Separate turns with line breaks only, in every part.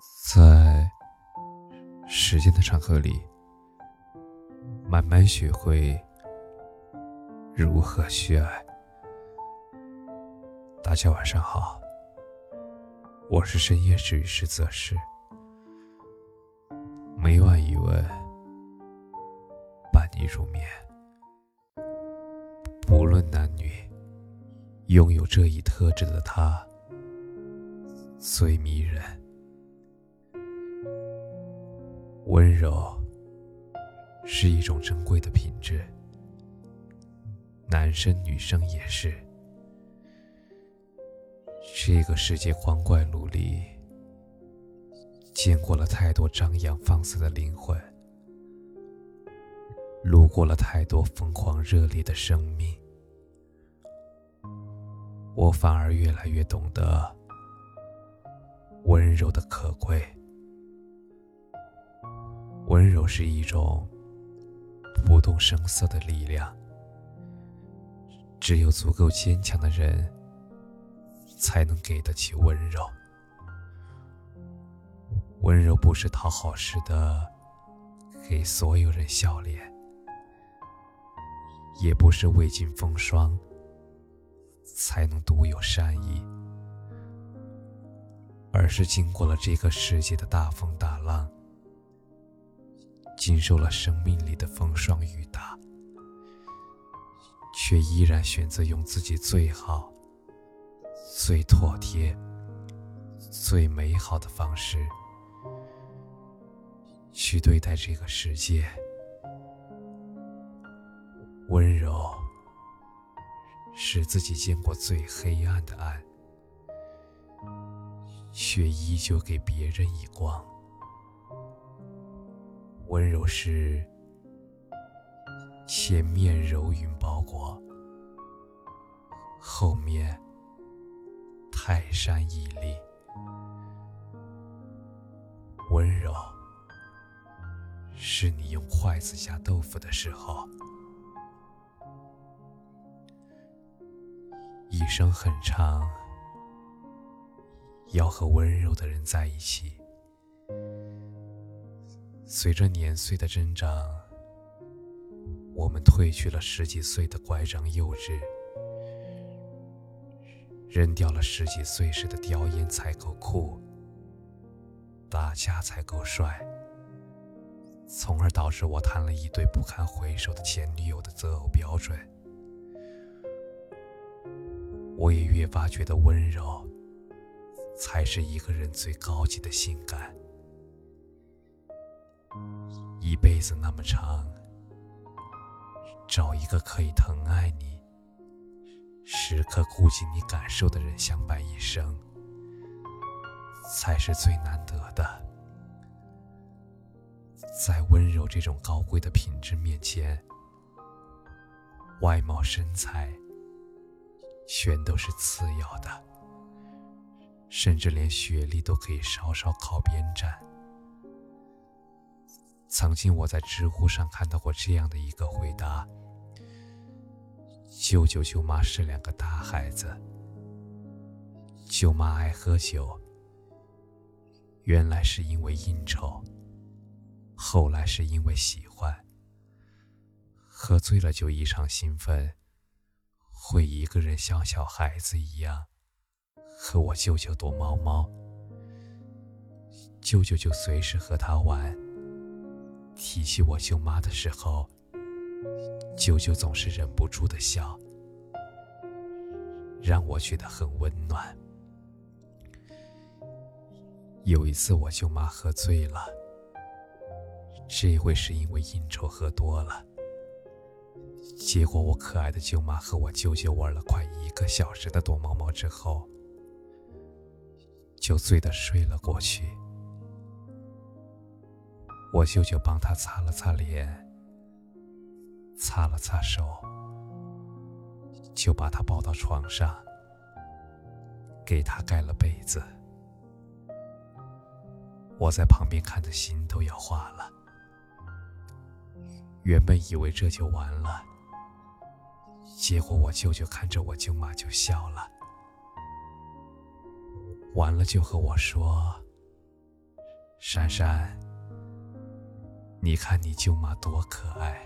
在时间的长河里，慢慢学会如何去爱。大家晚上好，我是深夜治愈师则是。每晚一问，伴你入眠。不论男女，拥有这一特质的他最迷人。温柔是一种珍贵的品质，男生女生也是。这个世界光怪陆离，见过了太多张扬放肆的灵魂，路过了太多疯狂热烈的生命，我反而越来越懂得温柔的可贵。温柔是一种不动声色的力量，只有足够坚强的人才能给得起温柔。温柔不是讨好似的给所有人笑脸，也不是未经风霜才能独有善意，而是经过了这个世界的大风大浪，经受了生命里的风霜雨打，却依然选择用自己最好、最妥帖、最美好的方式去对待这个世界。温柔是自己见过最黑暗的暗，却依旧给别人以光。温柔是前面柔云包裹，后面泰山屹立。温柔是你用筷子夹豆腐的时候。一生很长，要和温柔的人在一起。随着年岁的增长，我们褪去了10几岁的乖张幼稚，扔掉了10几岁时的叼烟才够酷，打架才够帅，从而导致我谈了一堆不堪回首的前女友的择偶标准。我也越发觉得温柔才是一个人最高级的性感。一辈子那么长，找一个可以疼爱你、时刻顾及你感受的人相伴一生，才是最难得的。在温柔这种高贵的品质面前，外貌身材全都是次要的，甚至连学历都可以稍稍靠边站。曾经我在知乎上看到过这样的一个回答：舅舅舅妈是2个大孩子，舅妈爱喝酒，原来是因为应酬，后来是因为喜欢，喝醉了就异常兴奋，会一个人像小孩子一样和我舅舅躲猫猫，舅舅就随时和他玩。提起我舅妈的时候，舅舅总是忍不住的笑，让我觉得很温暖。有一次我舅妈喝醉了，这回是因为应酬喝多了，结果我可爱的舅妈和我舅舅玩了快1个小时的躲猫猫之后，就醉得睡了过去。我舅舅帮他擦了擦脸，擦了擦手，就把他抱到床上，给他盖了被子。我在旁边看的心都要化了。原本以为这就完了，结果我舅舅看着我舅妈就笑了，完了就和我说， 珊珊，你看你舅妈多可爱。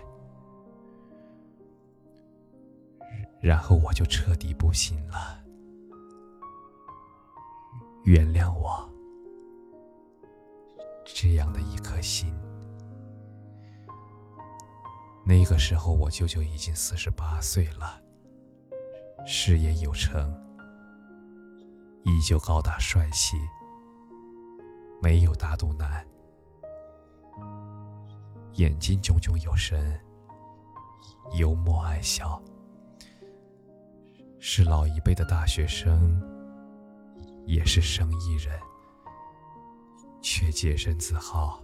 然后我就彻底不行了。原谅我这样的一颗心。那个时候我舅舅已经48岁了，事业有成，依旧高大帅气，没有大肚腩，眼睛炯炯有神，幽默爱笑，是老一辈的大学生，也是生意人，却洁身自好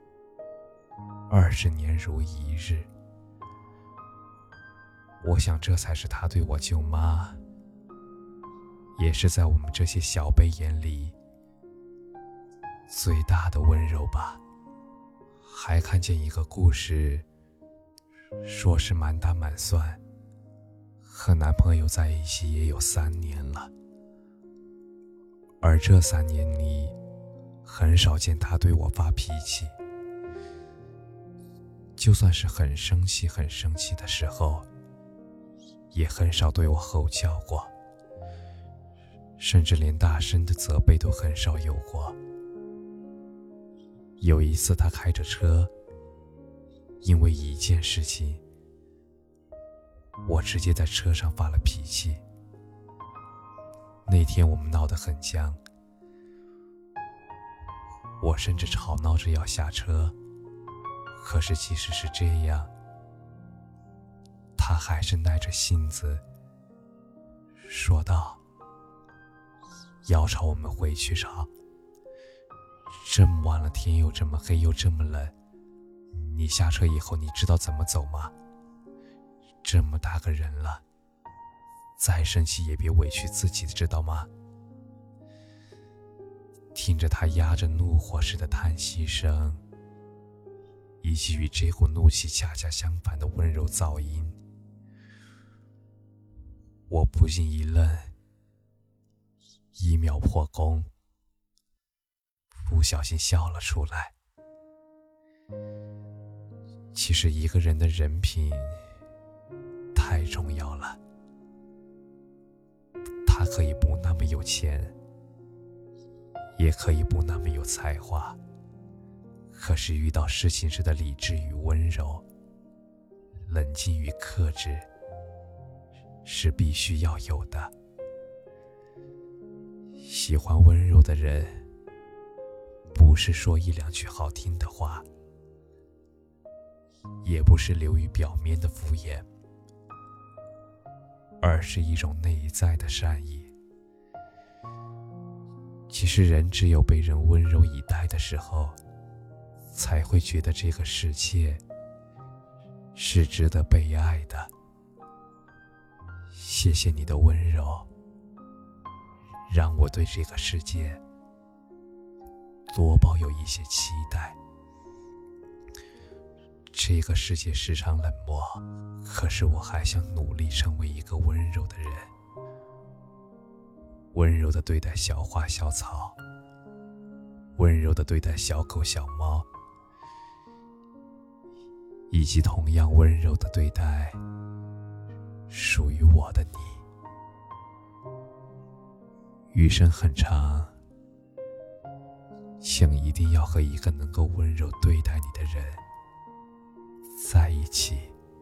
，20年如一日。我想这才是他对我舅妈，也是在我们这些小辈眼里最大的温柔吧。还看见一个故事，说是满打满算和男朋友在一起也有3年了，而这3年里很少见他对我发脾气，就算是很生气的时候，也很少对我吼叫过，甚至连大声的责备都很少有过。有一次他开着车，因为一件事情，我直接在车上发了脾气。那天我们闹得很僵，我甚至吵闹着要下车，可是即使是这样，他还是耐着性子说道：要吵我们回去吵，这么晚了，天又这么黑又这么冷，你下车以后你知道怎么走吗？这么大个人了，再生气也别委屈自己，知道吗？听着他压着怒火似的叹息声，以及与这股怒气恰恰相反的温柔噪音，我不禁一愣，1秒破功，不小心笑了出来。其实一个人的人品太重要了，他可以不那么有钱，也可以不那么有才华，可是遇到事情时的理智与温柔，冷静与克制，是必须要有的。喜欢温柔的人，不是说1、2句好听的话，也不是流于表面的敷衍，而是一种内在的善意。其实人只有被人温柔以待的时候，才会觉得这个世界是值得被爱的。谢谢你的温柔，让我对这个世界多抱有一些期待。这个世界时常冷漠，可是我还想努力成为一个温柔的人，温柔地对待小花小草，温柔地对待小狗小猫，以及同样温柔地对待属于我的你。余生很长，请一定要和一个能够温柔对待你的人在一起。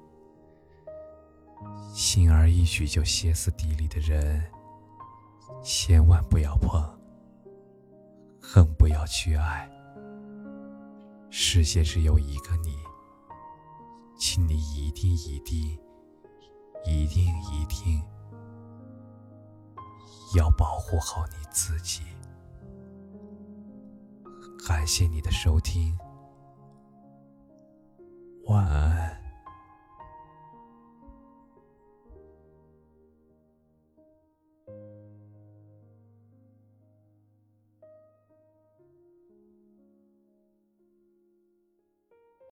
轻而易举就歇斯底里的人，千万不要碰，更不要去爱。世界只有一个你，请你一定要保护好你自己。感谢你的收听，晚安。